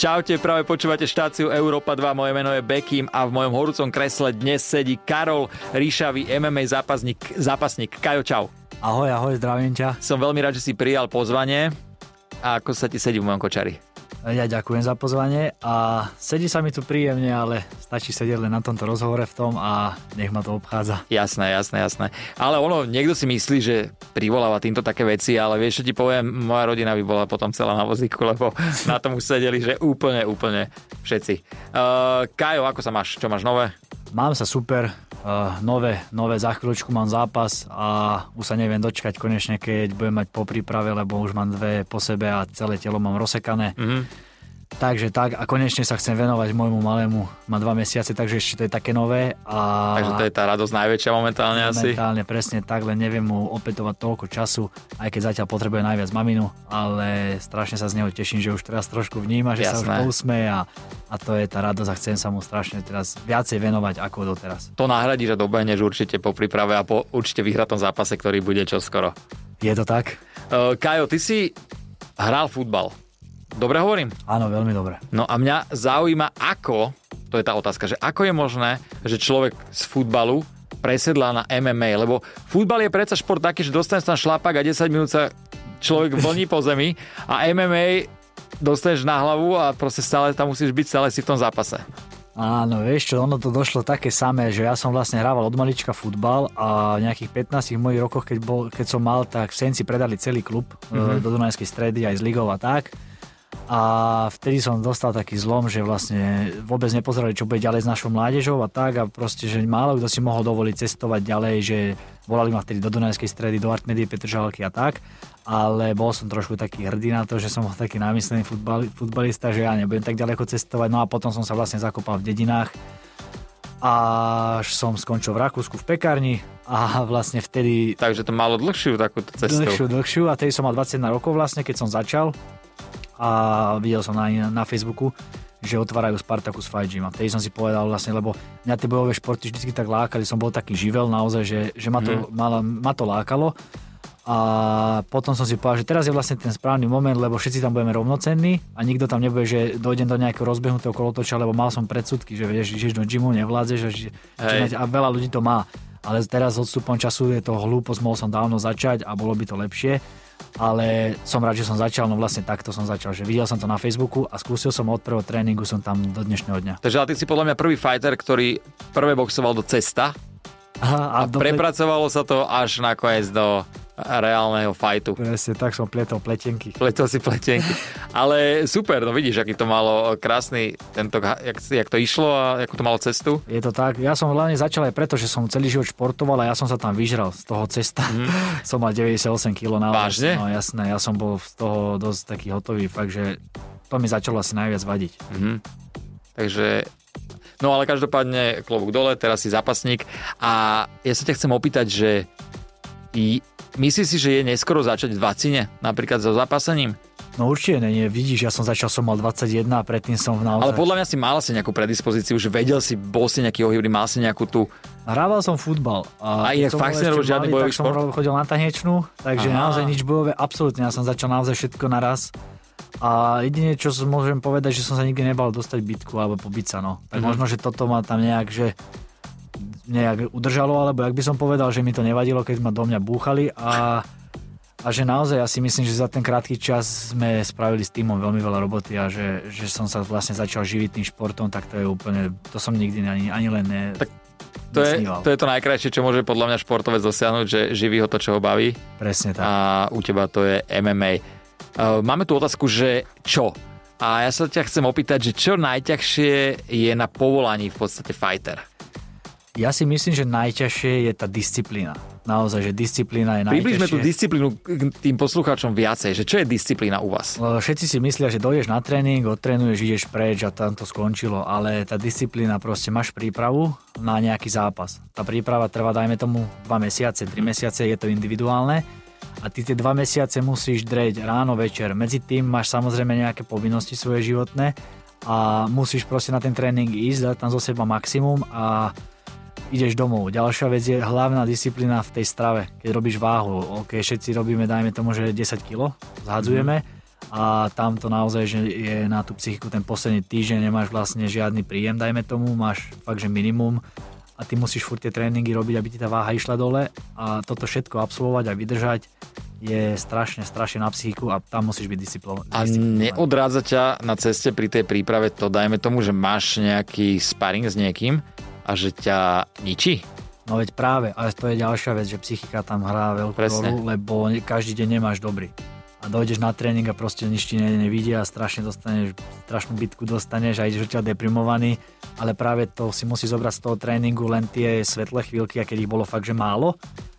Čaute, práve počúvate štáciu Európa 2, moje meno je Bekim a v mojom horúcom kresle dnes sedí Karol Ríšavý, MMA zápasník. Kajo, čau. Ahoj, zdravím ťa. Som veľmi rád, že si prijal pozvanie. A ako sa ti sedí v mojom kočari? Ja ďakujem za pozvanie a sedí sa mi tu príjemne, ale stačí sedieť len na tomto rozhovore v tom a nech ma to obchádza. Jasné. Ale niekto si myslí, že privoláva týmto také veci, ale vieš, čo ti poviem, moja rodina by bola potom celá na vozíku, lebo na tom už sedeli, že úplne všetci. Kajo, ako sa máš? Čo máš nové? Mám sa super, nové, za chvíľočku mám zápas a už sa neviem dočkať konečne, keď budem mať po príprave, lebo už mám 2 po sebe a celé telo mám rozsekané. Takže tak a konečne sa chcem venovať môjmu malému, má 2 mesiace, takže ešte to je také nové. Takže to je tá radosť najväčšia momentálne asi? Momentálne, presne tak, len neviem mu opätovať toľko času, aj keď zatiaľ potrebuje najviac maminu, ale strašne sa z neho teším, že už teraz trošku vníma, že sa už pousmeje a to je tá radosť a chcem sa mu strašne teraz viacej venovať ako doteraz. To nahradíš a dobehneš určite po príprave a po určite vyhratom zápase, ktorý bude čoskoro. Je to tak? Kajo, ty si hral futbal. Dobre hovorím? Áno, veľmi dobre. No a mňa zaujíma, to je tá otázka, že ako je možné, že človek z futbalu presedlá na MMA, lebo futbal je predsa šport taký, že dostaneš tam šlapak a 10 minút sa človek vlní po zemi a MMA dostaneš na hlavu a proste stále tam musíš byť, stále si v tom zápase. Áno, vieš čo, ono to došlo také samé, že ja som vlastne hrával od malička futbal a v nejakých 15 mojich rokoch, keď som mal, tak v Senci predali celý klub do Dunajskej Stredy aj z ligov a tak. A vtedy som dostal taký zlom, že vlastne vôbec nepozerali, čo bude ďalej s našou mládežou a tak a proste, že málo kto si mohol dovoliť cestovať ďalej, že volali ma vtedy do Dunajskej Stredy, do Artmedie Petržalky a tak, ale bol som trošku taký hrdý na to, že som bol taký námyslený futbalista, že ja nebudem tak ďaleko cestovať, no a potom som sa vlastne zakopal v dedinách až som skončil v Rakúsku v pekárni a vlastne vtedy... Takže to malo dlhšiu takúto cestu. Dlhšiu a tedy som mal 21 rokov vlastne, keď som začal. A videl som na Facebooku, že otvárajú Spartacus Fight Gym. A vtedy som si povedal vlastne, lebo mňa tie bojové športy vždy tak lákali, som bol taký živel naozaj, že ma to lákalo. A potom som si povedal, že teraz je vlastne ten správny moment, lebo všetci tam budeme rovnocenní a nikto tam nebude, že dojdem do nejakého rozbehnutého kolotoča, lebo mal som predsudky, že vieš, ideš do gymu, nevládzeš a veľa ľudí to má. Ale teraz s odstupom času je to hlúposť, mohol som dávno začať a bolo by to lepšie. Ale som rád, že som začal, no vlastne takto som začal, že videl som to na Facebooku a skúsil som od prvého tréningu, som tam do dnešného dňa. Takže ty si podľa mňa prvý fighter, ktorý prvé boxoval do cesta a prepracovalo sa to až nakoniec do reálneho fightu. Presne, tak som pletol pletenky. Pletol si pletenky. Ale super, no vidíš, aký to malo krásny, jak to išlo a akú to malo cestu. Je to tak. Ja som hlavne začal aj preto, že som celý život športoval a ja som sa tam vyžral z toho cesta. Som mal 98 kg na vás. Vážne? No jasné, ja som bol z toho dosť taký hotový, fakt, že to mi začalo asi najviac vadiť. Takže... No ale každopádne klobúk dole, teraz si zápasník a ja sa ťa chcem opýtať, že myslíš si, že je neskoro začať v vacine, napríklad so zápasením? No určite nie, vidíš, ja som mal 21 a predtým som naozaj... Ale podľa mňa si mal asi nejakú predispozíciu, že vedel si, bol si nejaký ohybný, mal si nejakú tú... Hrával som futbal. A inak fakt si nerobil žiadny bojový šport? Tak som chodil na tanečnú, takže naozaj nič bojové, absolútne, ja som začal naozaj všetko naraz. A jedine, čo môžem povedať, že som sa nikdy nebal dostať bitku alebo pobiť sa, no. Tak možno, že toto ma tam nejak udržalo, alebo jak by som povedal, že mi to nevadilo, keď ma do mňa búchali a že naozaj ja si myslím, že za ten krátky čas sme spravili s týmom veľmi veľa roboty a že som sa vlastne začal živiť tým športom, tak to je úplne, to som nikdy ani len To je to najkrajšie, čo môže podľa mňa športovec dosiahnuť, že živí ho to, čo ho baví. Presne tak. A u teba to je MMA. Máme tu otázku, že čo? A ja sa ťa chcem opýtať, že čo najťažšie je na povolaní v podstate fighter? Ja si myslím, že najťažšie je tá disciplína. Naozaj, že disciplína je najťažšie. Približme tú disciplínu tým poslucháčom viacej, že čo je disciplína u vás? Všetci si myslia, že dojdeš na tréning, odtrénuješ, ideš preč a tam to skončilo, ale tá disciplína, proste máš prípravu na nejaký zápas. Tá príprava trvá, dajme tomu 2 mesiace, 3 mesiace, je to individuálne. A ty tie 2 mesiace musíš dreť ráno, večer. Medzi tým máš samozrejme nejaké povinnosti svoje životné a musíš proste na ten tréning ísť, dať tam zo seba maximum a ideš domov. Ďalšia vec je hlavná disciplína v tej strave. Keď robíš váhu, všetci robíme, dajme tomu, že 10 kg zhadzujeme a tam to naozaj, že je na tú psychiku ten posledný týždeň, nemáš vlastne žiadny príjem, dajme tomu, máš fakt, že minimum a ty musíš furt tie tréningy robiť, aby ti tá váha išla dole a toto všetko absolvovať a vydržať je strašne na psychiku a tam musíš byť disciplinovaný. A neodrádza ťa na ceste pri tej príprave to, dajme tomu, že máš nejaký sparring s niekým a že ťa ničí? No veď práve, ale to je ďalšia vec, že psychika tam hrá veľkú rolu, lebo každý deň nemáš dobrý. A dojdeš na tréning a proste nič ti nevidia a strašnú bitku dostaneš a ideš odtiaľ deprimovaný, ale práve to si musí zobrať z toho tréningu len tie svetlé chvíľky, a keď ich bolo fakt, že málo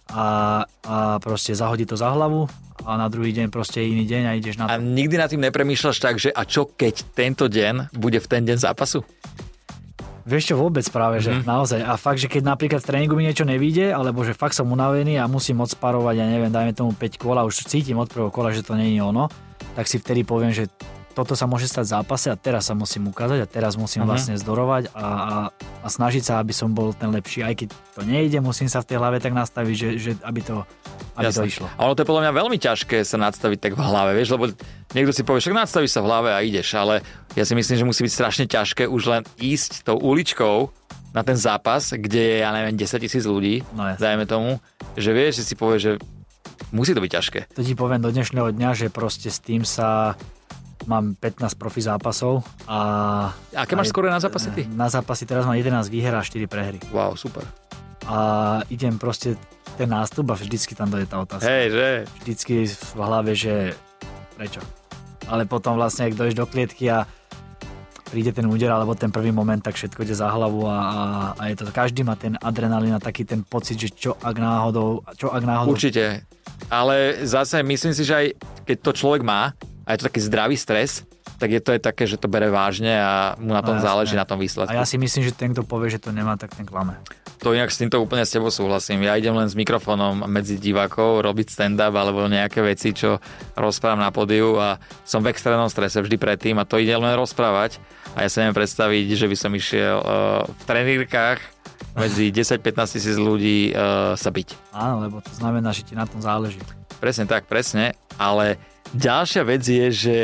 a proste zahodí to za hlavu a na druhý deň proste je iný deň a ideš na to. A nikdy nad tým nepremýšľaš tak, že a čo keď tento deň bude v ten deň zápasu? Vieš čo, vôbec práve, že naozaj. A fakt, že keď napríklad v tréningu mi niečo nevíde, alebo že fakt som unavený a musím odsparovať, ja neviem, dajme tomu 5 kola, už cítim od prvého kola, že to nie je ono, tak si vtedy poviem, že toto sa môže stať v zápase a teraz sa musím ukázať a teraz musím vlastne zdorovať a snažiť sa, aby som bol ten lepší. Aj keď to nejde, musím sa v tej hlave tak nastaviť, že aby to išlo. A ono to je podľa mňa veľmi ťažké sa nadstaviť tak v hlave, vieš, lebo niekto si povie, však nadstavíš sa v hlave a ideš, ale ja si myslím, že musí byť strašne ťažké už len ísť tou uličkou na ten zápas, kde je, ja neviem, 10 000 ľudí, dajme tomu, že vieš, že si povie, že musí to byť ťažké. To ti poviem do dnešného dňa, že proste s tým sa mám 15 profi zápasov a... Aké máš skoro na zápasy ty? Na zápasy teraz mám 11 výher a 4 prehry. Wow, super. A idem proste ten nástup a vždycky tam dojde tá otázka. Hej, že? Vždycky v hlave, že prečo? Ale potom vlastne, ak dojdeš do klietky a príde ten úder alebo ten prvý moment, tak všetko ide za hlavu a je to, každý má ten adrenalín a taký ten pocit, že čo ak náhodou... Určite. Ale zase myslím si, že aj keď to človek má, a je to taký zdravý stres, tak je to aj také, že to bere vážne a mu na tom záleží, na tom výsledku. A ja si myslím, že ten, kto povie, že to nemá, tak ten klame. To inak s týmto úplne s tebou súhlasím. Ja idem len s mikrofónom medzi divákov robiť stand-up alebo nejaké veci, čo rozprávam na pódiu a som v extrémnom strese vždy predtým a to ide len rozprávať. A ja sa neviem predstaviť, že by som išiel v trenírkach medzi 10-15 tisíc ľudí sa byť. Áno, lebo to znamená, že ti na tom záleží. Presne tak, presne, ale ďalšia vec je, že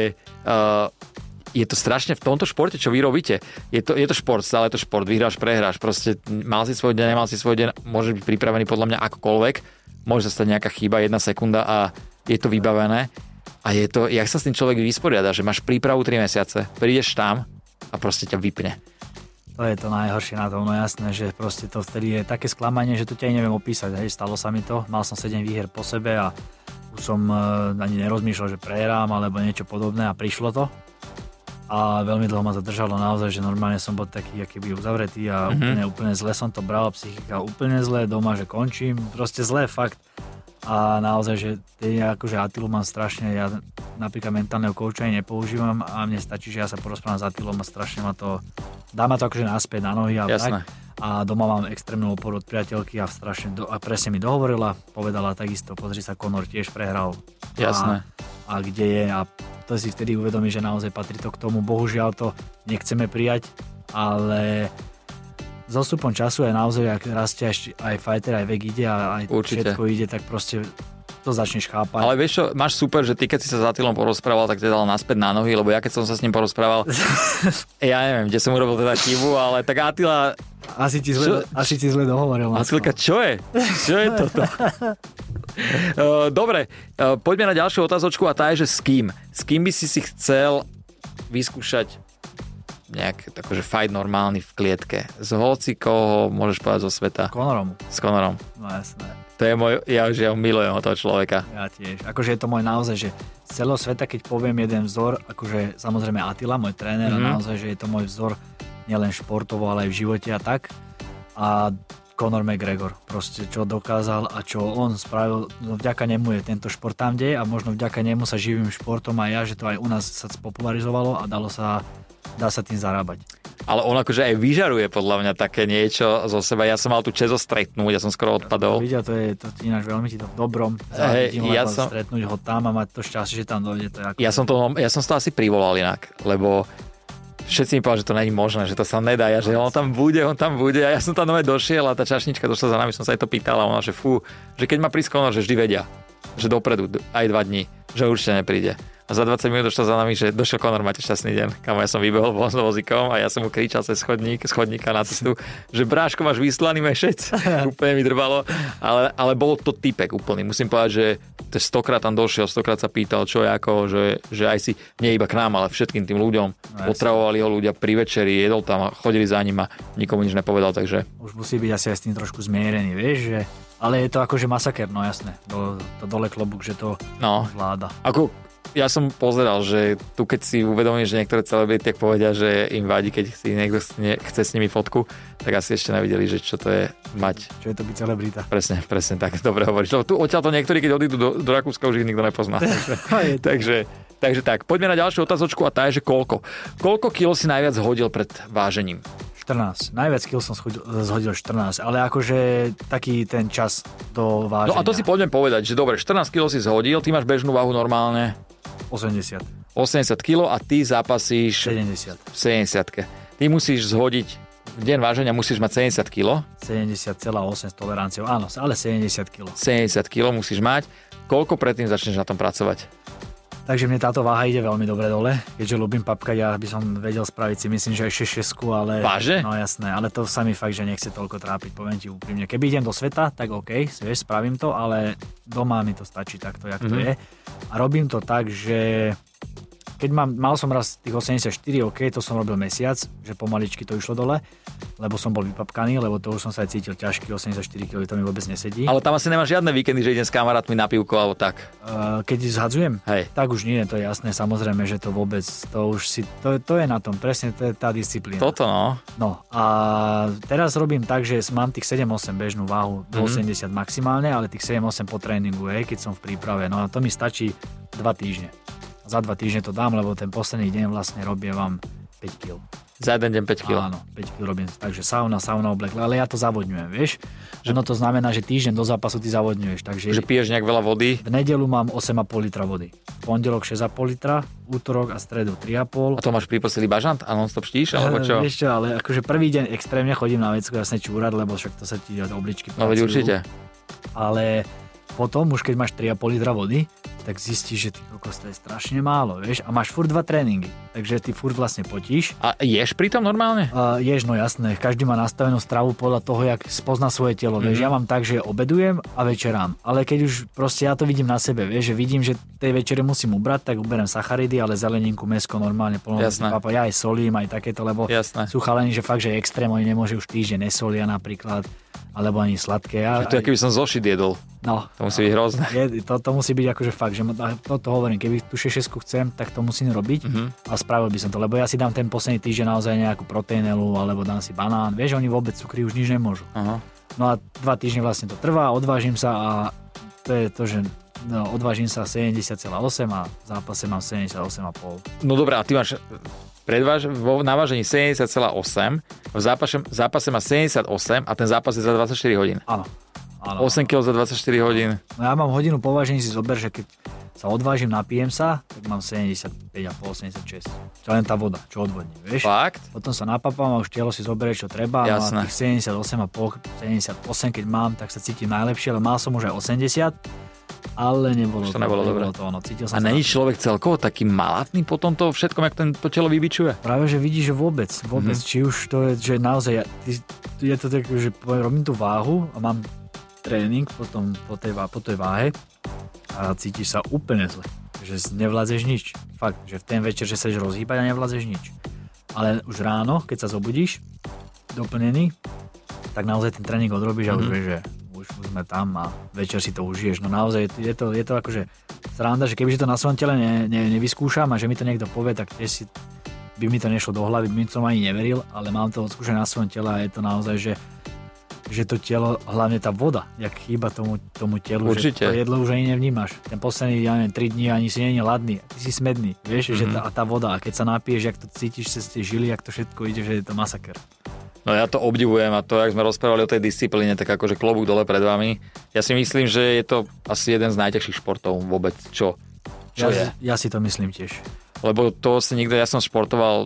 je to strašne v tomto športe, čo vy robíte. Je to šport, stále je to šport, vyhráš, prehráš, proste mal si svoj deň, nemal si svoj deň, môžeš byť pripravený podľa mňa akokoľvek, môže sa stať nejaká chyba, 1 sekunda a je to vybavené. A je to, jak sa s tým človek vysporiada, že máš prípravu 3 mesiace, prídeš tam a proste ťa vypne. To je to najhoršie na tom, no jasné, že proste to vtedy je také sklamanie, že to ťa aj neviem opísať, hej, stalo sa mi to, mal som 7 výher po sebe a už som ani nerozmýšľal, že prehrám alebo niečo podobné a prišlo to a veľmi dlho ma zadržalo naozaj, že normálne som bol taký, aký by uzavretý a úplne zle som to bral, psychika úplne zle, doma, že končím, proste zle, fakt. A naozaj, že akože Atilu mám strašne, ja napríklad mentálneho kouča nepoužívam a mne stačí, že ja sa porozprávam s Atilom a strašne ma to, dá ma to akože naspäť na nohy a tak. A doma mám extrémnu oporu od priateľky a presne mi dohovorila, povedala takisto, pozri sa, Conor tiež prehral. Jasné. A kde je a to si vtedy uvedomí, že naozaj patrí to k tomu, bohužiaľ to nechceme prijať, ale s odstupom času je naozaj, ak rastie aj fighter, aj vek ide a aj všetko ide, tak proste to začneš chápať. Ale vieš čo, máš super, že ty keď si sa s Atilom porozprával, tak te dal naspäť na nohy, lebo ja keď som sa s ním porozprával, ja neviem, kde som urobil teda chybu, ale tak Atila... Asi ti zle dohovoril. Atilka, čo je? Čo je toto? Dobre, poďme na ďalšiu otázočku a tá je, že s kým? S kým by si chcel vyskúšať nejak akože fight normálny v klietke? Z hoci koho môžeš povedať zo sveta? S Conorom. No jasné. To je môj, ja milujem toho človeka. Ja tiež. Akože je to môj naozaj, že z celého sveta, keď poviem jeden vzor, akože samozrejme Attila, môj tréner, a naozaj, že je to môj vzor nielen športovo, ale aj v živote a tak. A Conor McGregor, proste čo dokázal a čo on spravil, no vďaka nemu je tento šport tam, kde je a možno vďaka nemu sa živím športom aj ja, že to aj u nás sa spopularizovalo a dá sa tým zarábať. Ale on akože aj vyžaruje podľa mňa také niečo zo seba. Ja som mal tu čest ho stretnúť, ja som skoro odpadol. Vidia, to je ináč veľmi ti to v dobrom. Stretnúť ho tam a mať to šťastie, že tam dojde. To je ako... Ja som to asi privolal inak, lebo všetci mi povedali, že to není možné, že to sa nedá. Ja, že on tam bude. A ja som tam došiel a tá čašnička došla za nami, som sa aj to pýtal a ona, že že keď má prísť Conor, že vždy vedia. že dopredu, aj 2 dní, že určite nepríde. A za 20 minút došlo za nami, že došiel Conor, máte šťastný deň. Kamo, ja som vybehol von s vozíkom a ja som mu kričal cez chodníka na cestu, že bráško, máš vyslaný mešec. Úplne mi drbalo. Ale bol to typek úplný. Musím povedať, že 100-krát tam došiel, 100-krát sa pýtal, čo je ako, že aj si, nie iba k nám, ale všetkým tým ľuďom. Potravovali ho ľudia pri večeri, jedol tam, chodili za ním a nikomu nič nepovedal, takže... Už musí byť asi aj s tým trošku zmierený, vieš, že... Ale je to akože masaker, no jasné. To dole klobúk, že to vláda. Ako ja som pozeral, že tu keď si uvedomíš, že niektoré celebrity tak povedia, že im vadí, keď si niekto chce s nimi fotku, tak asi ešte nevideli, že čo to je mať. Čo je to byť celebrita. Presne tak, dobre hovoríš. Lebo tu odtiaľ to niektorí, keď odídu do Rakúska, už ich nikto nepozná. Takže tak, poďme na ďalšiu otázočku a tá je, že koľko? Koľko kilo si najviac hodil pred vážením? 14. Najviac kil som zhodil 14, ale akože taký ten čas do váženia. No a to si poďme povedať, že dobre, 14 kg si zhodil, ty máš bežnú váhu normálne 80 kg a ty zápasíš 70. 70. Ty musíš zhodiť v deň váženia musíš mať 70 kg. 70,8 s toleranciou, áno, ale 70 kg. 70 kg musíš mať. Koľko predtým začneš na tom pracovať? Takže mne táto váha ide veľmi dobre dole, keďže ľúbim papkať, ja by som vedel spraviť si, myslím, že ešte 6, ale... Váže? No jasné, ale to sa mi fakt, že nechce toľko trápiť, poviem ti úprimne. Keby idem do sveta, tak OK, vieš, spravím to, ale doma mi to stačí takto, jak to je. A robím to tak, že keď mal som raz tých 84, OK, to som robil mesiac, že pomaličky to išlo dole, lebo som bol vypapkaný, lebo to už som sa aj cítil ťažký, 84 kg, to mi vôbec nesedí. Ale tam asi nemáš žiadne víkendy, že idem s kamarátmi na pivko alebo tak. Keď zhadzujem? Hej. Tak už nie, to je jasné, samozrejme, že to vôbec, to už si, to je na tom, presne to je tá disciplína. Toto no. No a teraz robím tak, že mám tých 7-8 bežnú váhu, do 80 maximálne, ale tých 7-8 po tréningu, keď som v príprave, no a to mi stačí 2 týždne. Za 2 týždne to dám, lebo ten posledný deň vlastne robím vám 5 kg. Za jeden deň 5 kg. Áno, 5 kg robím, takže sauna oblek, ale ja to zavodňujem, vieš. Ono to znamená, že týždeň do zápasu ty zavodňuješ. Takže že piješ nejak veľa vody? V nedeľu mám 8,5 litra vody. V pondelok 6,5 litra, útorok a stredu 3,5. A to máš pri posteli bažant a non-stop štíš, alebo čo? Vieš čo, ale akože prvý deň extrémne chodím na vecku jasne čúrať, lebo však to sa ti od obličky pracujú. No veď určite. Ale potom, už keď máš 3,5 litra vody, tak zistíš, že ty kokos, to je strašne málo, vieš, a máš furt 2 tréningy, takže ty furt vlastne potíš. A ješ pritom normálne? Ješ, no jasné, každý má nastavenú stravu podľa toho, jak spozná svoje telo, vieš, ja mám tak, že obedujem a večerám, ale keď už proste ja to vidím na sebe, vieš, že vidím, že tej večere musím ubrať, tak uberiem sacharidy, ale zeleninku, mäsko normálne, papa, ja aj solím, aj takéto, lebo sú chalani, že fakt, že extrém, oni nemôže už týždeň nesolia napríklad, alebo ani sladké. To je, keby som zošit jedol. No. To musí byť hrozné. To musí byť akože fakt, že to hovorím, keby tú 6 chcem, tak to musím robiť a spravil by som to, lebo ja si dám ten posledný týždeň naozaj nejakú proteínelu, alebo dám si banán, vieš, oni vôbec cukry už nič nemôžu. No a 2 týždne vlastne to trvá, odvážim sa a to je to, že odvážim sa 70,8 a v zápase mám 78,5. No dobré, a ty máš na vážení 70,8, v zápase má 78 a ten zápas je za 24 hodín. Áno. 8 kg za 24 hodín. No ja mám hodinu po vážení, si zober, že keď sa odvážim, napijem sa, tak mám 75,5, 76. Čo len tá voda, čo odvodní, vieš? Fakt? Potom sa napapám a už telo si zoberie, čo treba. Jasné. No a tých 78,5, 78, keď mám, tak sa cítim najlepšie, ale mal som už aj 80. Ale nebolo to dobre. A není človek celkovo taký malatný po tomto všetkom, jak to telo vybičuje? Práve, že vidíš, že vôbec. Či už to je, že naozaj, je to tak, že robím tú váhu a mám tréning potom po tej váhe a cítiš sa úplne zle. Že nevládzeš nič. Fakt, že v ten večer, že sa ideš rozhýbať a nevládzeš nič. Ale už ráno, keď sa zobudíš, doplnený, tak naozaj ten tréning odrobíš a už vieš, že už sme tam a večer si to užiješ. No naozaj je to akože sranda, že kebyže to na svojom tele nevyskúšam a že mi to niekto povie, tak tiež by mi to nešlo do hlavy, by som ani neveril, ale mám to odskúšané na svojom tele a je to naozaj, že to telo, hlavne tá voda, jak chýba tomu telu, určite. Že to jedlo už ani nevnímaš. Ten posledný, 3 dní ani si nie je ladný, ty si smedný, vieš, že tá voda, a keď sa napiješ, jak to cítiš cez tie žily, jak to všetko ide, že je to masaker. No ja to obdivujem a to, jak sme rozprávali o tej disciplíne, tak akože klobúk dole pred vami. Ja si myslím, že je to asi jeden z najťažších športov vôbec, čo je. Ja si to myslím tiež. Lebo to si nikto, ja som športoval 2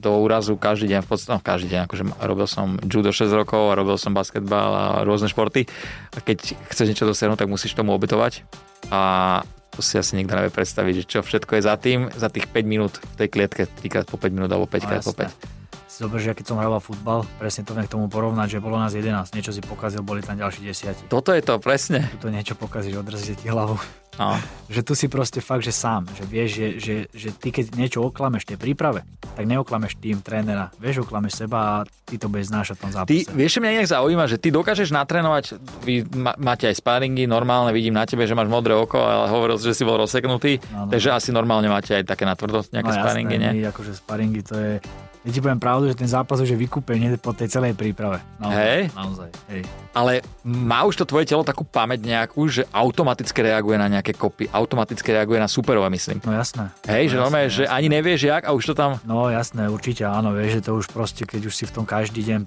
do úrazu každý deň, každý deň, akože robil som judo 6 rokov a robil som basketbal a rôzne športy. A keď chceš niečo dosiahnuť, tak musíš tomu obetovať. A to si asi nikto nevie predstaviť, že čo všetko je za tých 5 minút v tej klietke, týkrát po 5 minút alebo 5 krát po 5. Si zober, že keď som hral futbal, presne to viem k tomu porovnať, že bolo nás 11, niečo si pokazil, boli tam ďalší 10. Toto je to, presne. Tu niečo pokazíš, odrazíte ti hlavu. No. Že tu si proste fakt, že sám, že vieš, že ty keď niečo oklameš tej príprave, tak neoklameš tým trénera, vieš, oklameš seba a ty to budeš znášať v tom zápase. Ty, vieš, mňa inak zaujíma, že ty dokážeš natrénovať, vy máte aj sparingy, normálne vidím na tebe, že máš modré oko, ale hovoril si, že si bol rozseknutý, takže asi normálne máte aj také natvrdo nejaké sparingy, nie? No akože sparingy to je. Ja ti poviem pravdu, že ten zápas už je vykúpený po tej celej príprave. Naozaj. Hej. Ale má už to tvoje telo takú pamäť nejakú, že automaticky reaguje na nejaké kopy, automaticky reaguje na superové, myslím. No jasné. Hej, no, že normálne, že ani nevieš jak a už to tam... No jasné, určite áno, vieš, že to už proste, keď už si v tom každý deň,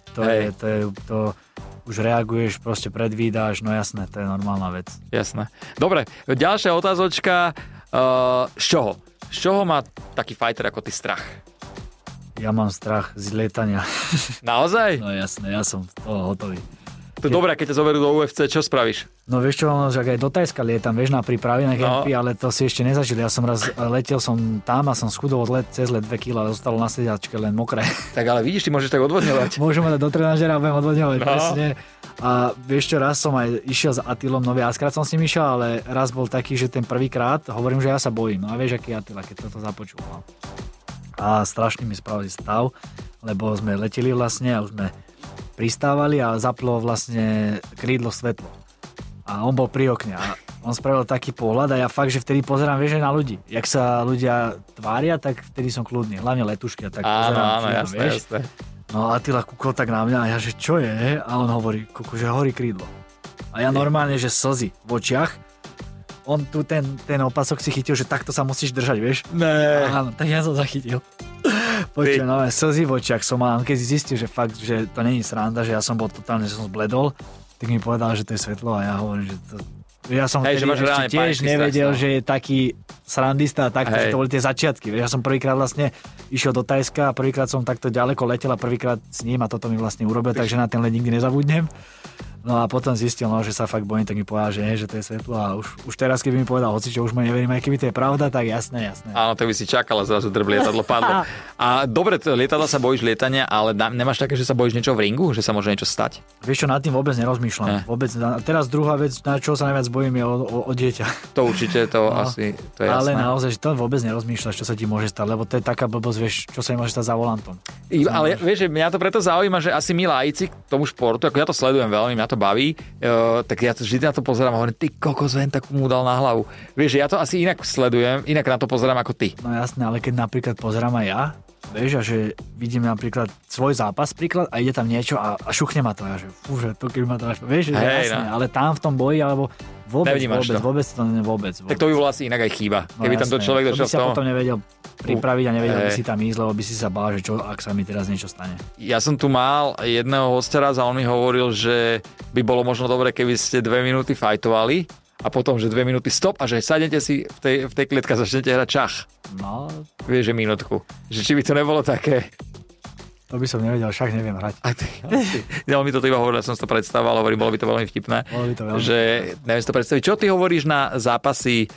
to už reaguješ, proste predvídáš, no jasné, to je normálna vec. Jasné. Dobre, ďalšia otázočka, z čoho? Z čoho má taký fighter ako ty strach? Ja mám strach z lietania. Naozaj? No jasné, ja som z toho hotový. To je dobré, keď ťa zoberú do UFC, čo spravíš? No vieš čo, že aj do Tajska lietam, vieš, na prípravy na kempy, ale to si ešte nezažil. Ja som raz letel som tam a som schudol cez let 2 kg a zostalo na sediačke len mokré. Tak ale vidíš, ty môžeš tak odvodňovať. Môžem mať do trenažera a budem odvodňovať, presne. A vieš čo, raz som aj išiel s Atilom, no viackrát som s ním išiel, ale raz bol taký, že ten prvýkrát, hovorím, že ja sa bojím. No a vieš, aký Atila, keď toto započúval. A strašne mi spravili stav, lebo sme leteli vlastne a už sme pristávali a zaplo vlastne krídlo svetlo. A on bol pri okne a on spravil taký pohľad a ja fakt, že vtedy pozerám, vieš, na ľudí. Jak sa ľudia tvária, tak vtedy som kľudný. Hlavne letušky a tak pozerám. Áno, jasné. No a Attila kúkol tak na mňa a ja, že čo je? A on hovorí, že horí krídlo. A ja normálne, že slzy v očiach. On tu ten opasok si chytil, že takto sa musíš držať, vieš? Ne. Áno, tak ja som zachytil. Počuj, no slzy v očiach som mal, keď zistil, že fakt, že to není sranda, že ja som bol totálne, že som zbledol, tak mi povedal, že to je svetlo a ja hovorím, že to... Ja som ešte tiež nevedel, že je taký srandista a takto, že to boli tie začiatky. Ja som prvýkrát vlastne išiel do Tajska a prvýkrát som takto ďaleko letel a prvýkrát s ním a toto mi vlastne urobil, takže na ten let nikdy nezabudnem. No a potom zistil, že sa fakt bojím, tak mi povedal, že nie, že to je svetlo a už teraz, keby mi povedal, hoci čo už ma neverím, aj keby to je pravda, tak jasné. Áno, to by si čakal a zrazu lietadlo padlo. A dobre, lietadla sa bojíš lietania, ale nemáš také, že sa bojíš niečo v ringu, že sa môže niečo stať? Vieš čo, nad tým vôbec nerozmýšľam. Vôbec. Teraz druhá vec, na čo sa najviac bojím, je o dieťa. To určite, asi, to je jasné. Ale naozaj, že to vôbec nerozmýšľaš, čo sa ti môže stať, lebo to je taká blbosť, vieš, čo sa mi môže stať za volantom. Ale vieš, že mňa to preto zaujíma, že asi my laici k tomu športu, ako ja to sledujem veľmi, mňa to baví, tak ja to vždy na to pozerám a hovorím, ty kokos, ven tak mu dal na hlavu. Vieš, ja to asi inak sledujem, inak na to pozerám ako ty. No jasné, ale keď napríklad pozerám aj ja, vieš, a že vidím napríklad svoj zápas príklad a ide tam niečo a šuchne ma to, a že fú, že to keby ma to až... Vieš, že jasné, ale tam v tom boji, alebo vôbec to. Tak to by bolo asi inak aj chyba. Keby tam to človek došiel v tom. To by sa potom nevedel pripraviť a nevedel by si tam ísť, lebo by si sa bál, že čo, ak sa mi teraz niečo stane. Ja som tu mal jedného hostia raz a on mi hovoril, že by bolo možno dobre, keby ste 2 minúty fajtovali a potom, že 2 minúty stop a že sadnete si v tej klietke a začnete hrať šach. No. Vieš, že minútku. Že či by to nebolo také... To by som nevedel, však neviem hrať. Ja mi to iba hovoril, som si to predstavoval, hovorím, bolo by to veľmi vtipné. Že neviem si to predstaviť. Čo ty hovoríš na zápasy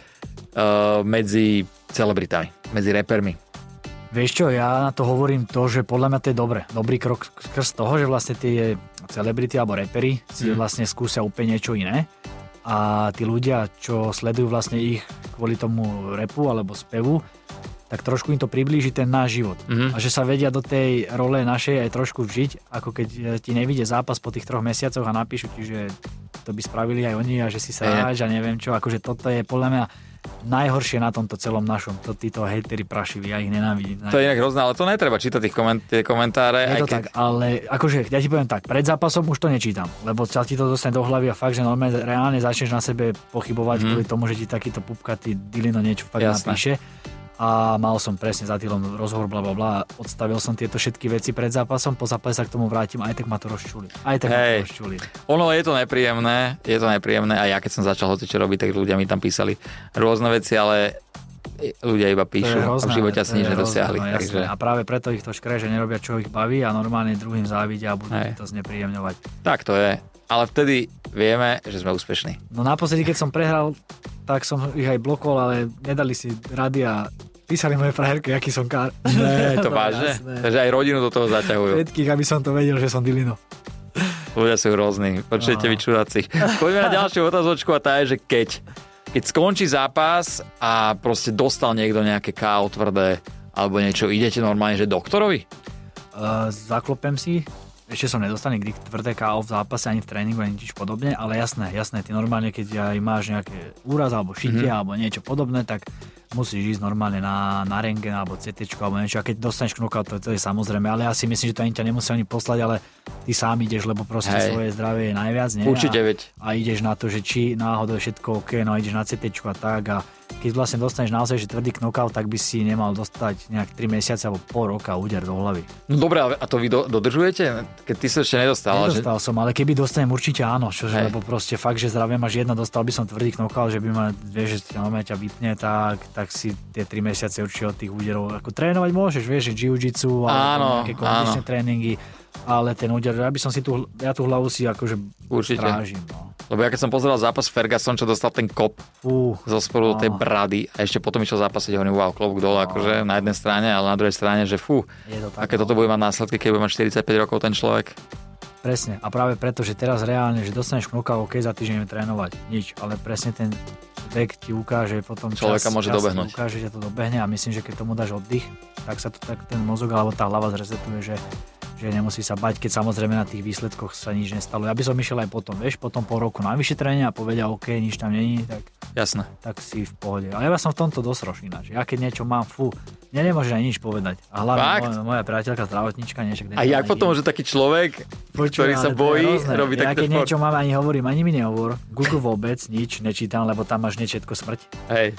medzi celebritami, medzi repermi? Vieš čo, ja na to hovorím to, že podľa mňa to je dobre. Dobrý krok skrz toho, že vlastne tie celebrity alebo repery si vlastne skúsia úplne niečo iné. A tí ľudia, čo sledujú vlastne ich kvôli tomu repu alebo spevu, tak trošku im to priblíži ten náš život. A že sa vedia do tej role našej aj trošku vžiť, ako keď ti nevidie zápas po tých 3 mesiacoch a napíšu ti, že to by spravili aj oni a že si sa ráč a neviem čo. Akože toto je podľa mňa najhoršie na tomto celom našom. Títo hejteri prašiví, ja ich nenávidím. To je inak hrozné, ale to netreba čítať tie komentáre. Je to tak, ale akože ja ti poviem tak, pred zápasom už to nečítam, lebo sa ti to dostane do hlavy a fakt, že normálne reálne začneš na sebe pochybovať kvôli tomu, že ti takýto pupkatý dilino niečo fakt napíše. A mal som presne za Tylom rozhovor, blablabla, odstavil som tieto všetky veci pred zápasom, po zápase sa k tomu vrátim, aj tak ma to rozčuli. Ono je to nepríjemné a ja keď som začal hocičo robiť, tak ľudia mi tam písali rôzne veci, ale ľudia iba píšu a v živote asi nič nedosiahli. No, takže... A práve preto ich to škre, že nerobia, čo ich baví a normálne druhým závidia a budú to znepríjemňovať. Tak to je. Ale vtedy vieme, že sme úspešní. No naposledy, keď som prehral, tak som ich aj blokoval, ale nedali si rady a písali moje frajerky, aký som kár. Ne, to vážne? Takže aj rodinu do toho zaťahujú. Všetkých, aby som to vedel, že som dilino. Ľudia sú rôzni. Počujete vy čuráci. Poďme na ďalšiu otázočku a tá je, že keď skončí zápas a proste dostal niekto nejaké KO tvrdé alebo niečo, idete normálne, že doktorovi? Zaklopem si. Ešte som nedostal nikdy tvrdé KO v zápase, ani v tréningu, ani nič podobné, ale jasné, ty normálne, keď aj máš nejaké úraz alebo šitie alebo niečo podobné, tak musíš ísť normálne na rentgen alebo CT alebo niečo. A keď dostaneš knockout, to je samozrejme, ale ja si myslím, že to ani ťa nemusí ani poslať, ale ty sám ideš, lebo proste svoje zdravie je najviac, nie? Určite veď. A ideš na to, že či náhodou je všetko OK, no ideš na CT a tak a keď vlastne dostaneš naozaj že tvrdý knockout, tak by si nemal dostať nejak 3 mesiace alebo pol roka úder do hlavy. No dobre, a to vy dodržujete? Keď ty sa ešte nedostal. Nedostal som, ale keby dostanem určite áno, lebo proste fakt, že zdravie máš jedno, dostal by som tvrdý knockout, že by ma, vieš, že ťa vypne, tak si tie 3 mesiace určite od tých úderov, ako trénovať môžeš, vieš, že jiu-jitsu alebo nejaké kondičné tréningy, ale ten úder, ja tú hlavu si akože strážim. No. Lebo ja keď som pozeral zápas Ferguson, čo dostal ten kop zo spodu do tej brady a ešte potom išiel zápasiť, hovorím, wow, klobúk dole, akože na jednej strane, ale na druhej strane, že aké toto bude mať následky, keď bude mať 45 rokov ten človek. Presne, a práve preto, že teraz reálne, že dostaneš knockout, OK, za týždeň trénovať, nič, ale presne ten vek ti ukáže potom človeka môže dobehnúť. Ukáže, že to dobehne a myslím, že keď tomu dáš oddych, tak sa to tak ten mozog alebo tá hlava zresetuje, že nemusí sa bať, keď samozrejme na tých výsledkoch sa nič nestalo. Ja by som išiel aj potom, potom pol roku na vyšetrenie a povedal, OK, nič tam není, tak, jasné. Tak si v pohode. Ale ja som v tomto dosť rošínač. Ja keď niečo mám, nemôžeš aj nič povedať. A hlavne moja priateľka zdravotníčka niečo. A jak potom, že taký človek, ktorý sa bojí, robí taký šport? Ja keď niečo mám, ani hovorím, ani mi nehovor. Google vôbec nič nečítam, lebo tam máš všetko smrť. Hej.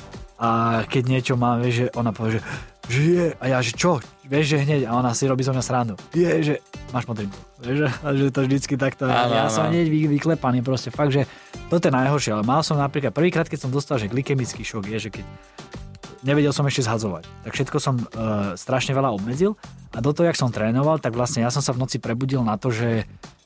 A keď niečo mám, vieš, že ona povie, že žije. A ja, že čo? Vieš, že hneď. A ona si robí zo mňa srandu. že máš modrinku. Vieš, že to vždycky takto. Ja som hneď vyklepaný, proste fakt, že toto je najhoršie. Ale mal som napríklad prvýkrát, keď som dostal, že glykemický šok je, že keď nevedel som ešte zhadzovať. Tak všetko som strašne veľa obmedzil. A do toho, jak som trénoval, tak vlastne ja som sa v noci prebudil na to, že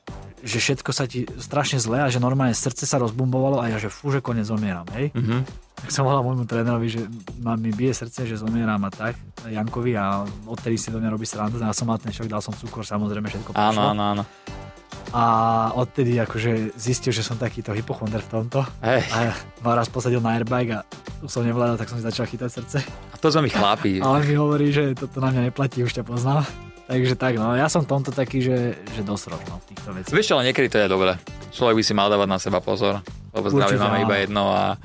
všetko sa ti strašne zle a že normálne srdce sa rozbumbovalo a ja, že že konec zomieram, hej. Tak som volal môjmu trénerovi, že mi bije srdce, že zomieram a tak, Jankovi, a odtedy si do mňa robí srandu, ja som mal ten šok, dal som cukor, samozrejme všetko prišlo. Áno. A odtedy akože zistil, že som takýto hypochonder v tomto. A ma raz posadil na airbag a už som nevládal, tak som si začal chytať srdce. A to sme my chlapi. A on mi hovorí, že toto na mňa neplatí, už ťa poznám. Takže tak, no, ja som v tomto taký, že dosť rožno v týchto veciach. Vieš, ale niekedy to je dobré. Človek by si mal dávať na seba pozor, lebo zdravie máme iba jedno a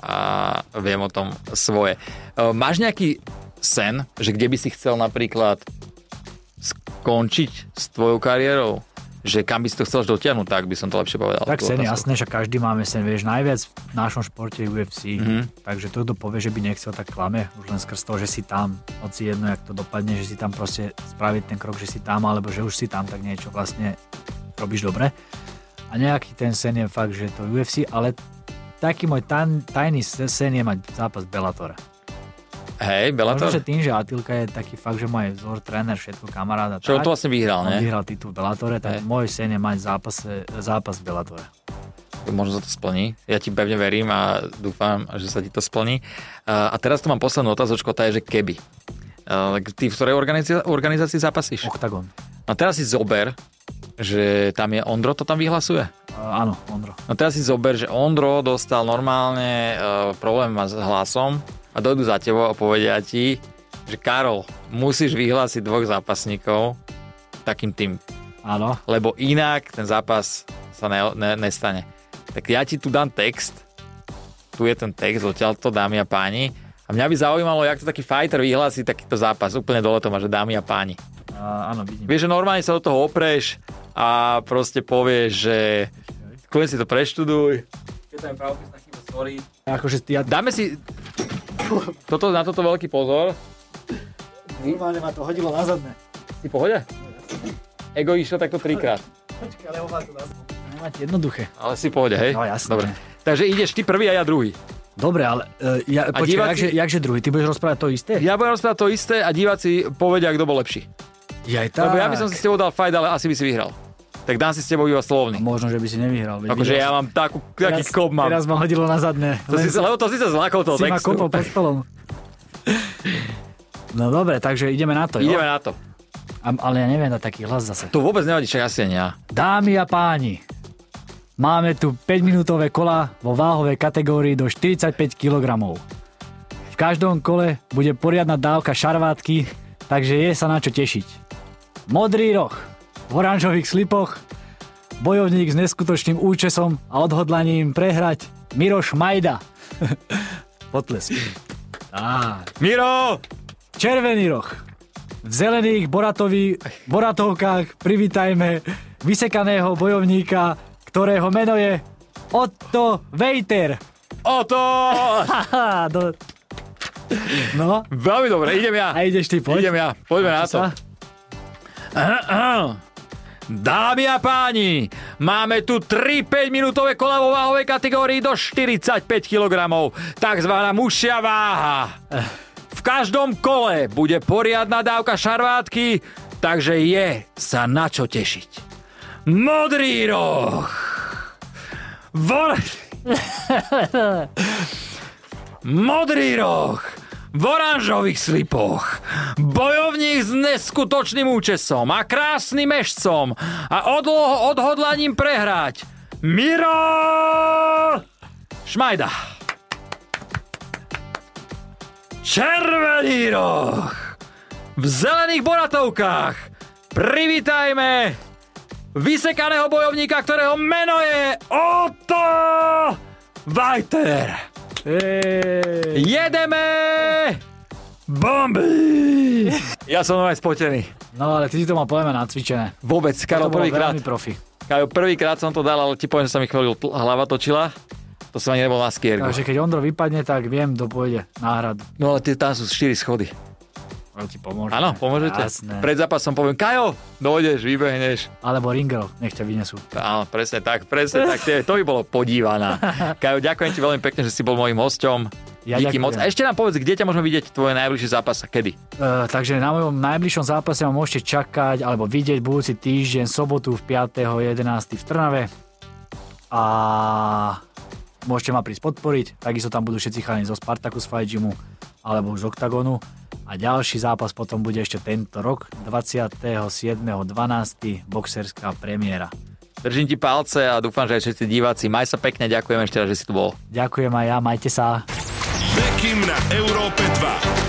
viem o tom svoje. Máš nejaký sen, že kde by si chcel napríklad skončiť s tvojou kariérou? Že kam by si to chcel dotiahnuť, tak by som to lepšie povedal. Tak sen, jasné, že každý máme sen, vieš, najviac v našom športe je UFC, takže to, kto povie, že by nechcel, tak klame, už len skrz toho, že si tam, hoci jedno, jak to dopadne, že si tam proste spraviť ten krok, že si tam, alebo že už si tam, tak niečo vlastne robíš dobre. A nejaký ten sen je fakt, že to UFC, ale taký môj tajný sen je mať zápas v Bellatore. Hej, Bellator? Možno, že tým, že Atilka je taký fakt, že môj vzor, tréner, všetko, kamaráda. Čo on to vlastne vyhral, ne? On vyhral titul v Bellatore, tak môj sen je mať zápas v Bellatore. Možno sa to splní. Ja ti pevne verím a dúfam, že sa ti to splní. A teraz tu mám poslednú otázočku, tá je, že keby. Ty v ktorej organizácii zápasíš? Octagon. A teraz si zober, že tam je Ondro, to tam vyhlasuje? Áno, Ondro. No teraz si zober, že Ondro dostal normálne problém s hlasom a dojdu za tebou a povedia ti, že Karol, musíš vyhlásiť 2 zápasníkov takým tým. Áno. Lebo inak ten zápas sa nestane. Tak ja ti tu dám text. Tu je ten text, odtiaľto, dámy a páni. A mňa by zaujímalo, jak to taký fighter vyhlási takýto zápas. Úplne dole to má, že dámy a páni. Áno, vidím. Vieš, že normálne sa do toho opreš a proste povieš, že kľudne si to preštuduj. Keď tam je pravopisná chyba, sorry. Akože dáme si na toto veľký pozor. Normálne ma to hodilo na zadné. Si pohode? Ego išlo takto 3-krát. Počkaj, ale ho má to na zadné. Nemáte jednoduché. Ale si pohode, hej? No jasné. Dobre. Takže ideš ty prvý a ja druhý. Dobre, ale jakže druhý? Ty budeš rozprávať to isté? Ja budem rozprávať to isté a diváci povedia, kto bol lepší. Tak. Lebo ja by som si s tebou dal fight, ale asi by si vyhral. Tak dám si s tebou iba slovný. Možno, že by si nevyhral. Akože ja mám taký kop mám. Teraz ma hodilo na zadné. Lebo to si sa zlákol toho textu. Si ma kopol pod stolom. No dobre, takže ideme na to, jo? Ideme na to. Ale ja neviem na taký hlas zase. To vôbec nevadí, čak asi ani ja. Dámy a páni, máme tu 5-minútové kola vo váhovej kategórii do 45 kg. V každom kole bude poriadna dávka šarvátky, takže je sa na čo tešiť. Modrý roh v oranžových slipoch, bojovník s neskutočným účesom a odhodlaním prehrať Miroš Majda. Potlesk. Miro! Červený roh. V zelených boratovkách privítajme vysekaného bojovníka, ktorého meno je Otto Vejter. Otto! No. Veľmi dobre, idem ja. A ideš ty, poď. Idem ja, poďme na to. Dámy a páni, máme tu 3 5-minútové kola vo váhovej kategórii do 45 kg. Takzvaná mužšia váha. V každom kole bude poriadna dávka šarvátky, takže je sa na čo tešiť. Modrý roh. Modrý roh. V oranžových slipoch. Bojovník s neskutočným účesom a krásnym mešcom a odhodlaním prehrať. Miro Šmajda. Červený roh. V zelených boratovkách privítajme vysekaného bojovníka, ktorého meno je Otto Vajter. Jedeme bomby! Ja som aj spotený. No ale ty si to mal poviem nacvičené. Vôbec, Karol, prvýkrát. Karol, prvýkrát som to dal, ale ti poviem, že sa mi chvíľu hlava točila. To som ani nebol na skierku. Takže keď Ondro vypadne, tak viem, kto pôjde náhradu. No ale tam sú 4 schody. Ale ti pomôžem. Áno, pomôžete? Jasné. Pred zápasom poviem, Kajo, dojdeš, vybehneš. Alebo Ringel, nech ťa vynesú. Áno, presne tak. To by bolo podívaná. Kajo, ďakujem ti veľmi pekne, že si bol môjim hosťom. Ja díky moc. A ešte nám povedz, kde ťa môžeme vidieť tvoje najbližší zápas a kedy? Takže na mojom najbližšom zápase ma môžete čakať alebo vidieť budúci týždeň, sobotu v 5.11. v Trnave. A môžete ma prísť podporiť. Takisto tam budú všetci chalani zo Spartacus Fight Gymu alebo už z Octagonu. A ďalší zápas potom bude ešte tento rok, 27.12. boxerská premiéra. Držím ti palce a dúfam, že aj všetci diváci. Maj sa pekne, ďakujem ešte raz, že si tu bol. Ďakujem aj ja, majte sa. Bekim na Európe 2.